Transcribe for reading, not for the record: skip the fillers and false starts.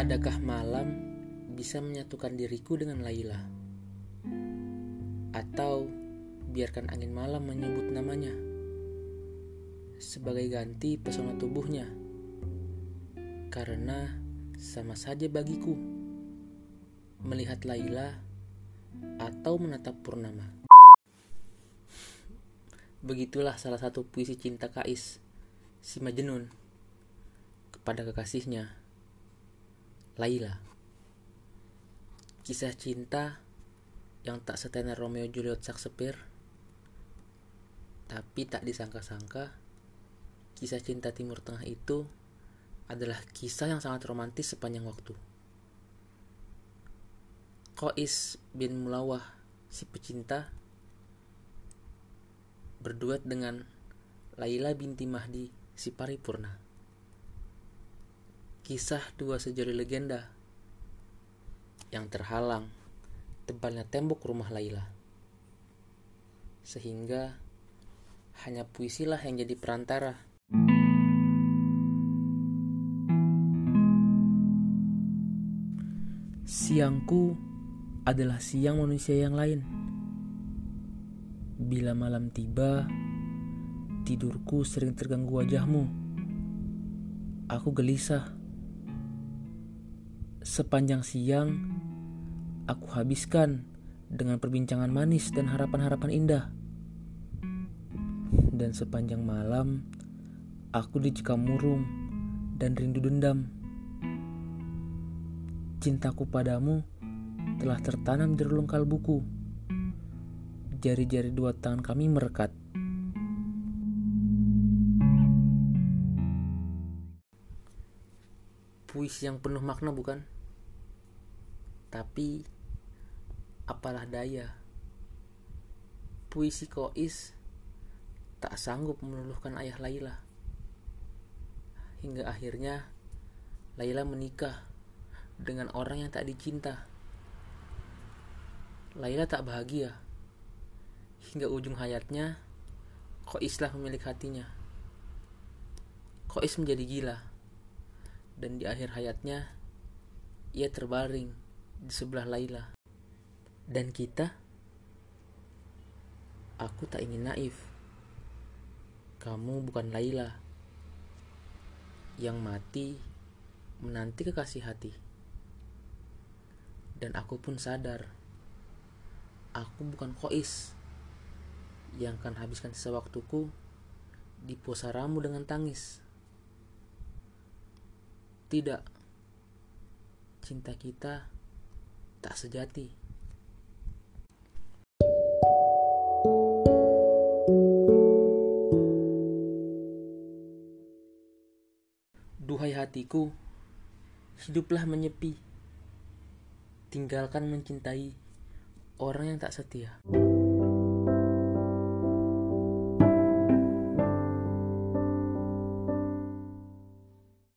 Adakah malam bisa menyatukan diriku dengan Laila? Atau biarkan angin malam menyebut namanya sebagai ganti pesona tubuhnya? Karena sama saja bagiku melihat Laila atau menatap purnama. Begitulah salah satu puisi cinta Kais, si Majnun, kepada kekasihnya Laila. Kisah cinta yang tak setenar Romeo Juliet Shakespeare, tapi tak disangka-sangka kisah cinta Timur Tengah itu adalah kisah yang sangat romantis sepanjang waktu. Qais bin Mulawah, si pecinta, berduet dengan Laila binti Mahdi, si paripurna. Kisah dua sejoli legenda yang terhalang tebalnya tembok rumah Laila, sehingga hanya puisilah yang jadi perantara. Siangku adalah siang manusia yang lain. Bila malam tiba, tidurku sering terganggu wajahmu. Aku gelisah. Sepanjang siang, aku habiskan dengan perbincangan manis dan harapan-harapan indah. Dan sepanjang malam, aku dicekam murung dan rindu dendam. Cintaku padamu telah tertanam di relung kalbuku. Jari-jari dua tangan kami merekat. Puisi yang penuh makna, bukan? Tapi apalah daya, puisi Qais tak sanggup meluluhkan ayah Laila. Hingga akhirnya Laila menikah dengan orang yang tak dicinta. Laila tak bahagia. Hingga ujung hayatnya, Qaislah pemilik hatinya. Qais menjadi gila. Dan di akhir hayatnya, ia terbaring di sebelah Laila. Dan kita? Aku tak ingin naif. Kamu bukan Laila yang mati menanti kekasih hati. Dan aku pun sadar, aku bukan Qais yang akan habiskan sisa waktuku di pusaramu dengan tangis. Tidak, cinta kita tak sejati. Duhai hatiku, hiduplah menyepi. Tinggalkan mencintai orang yang tak setia.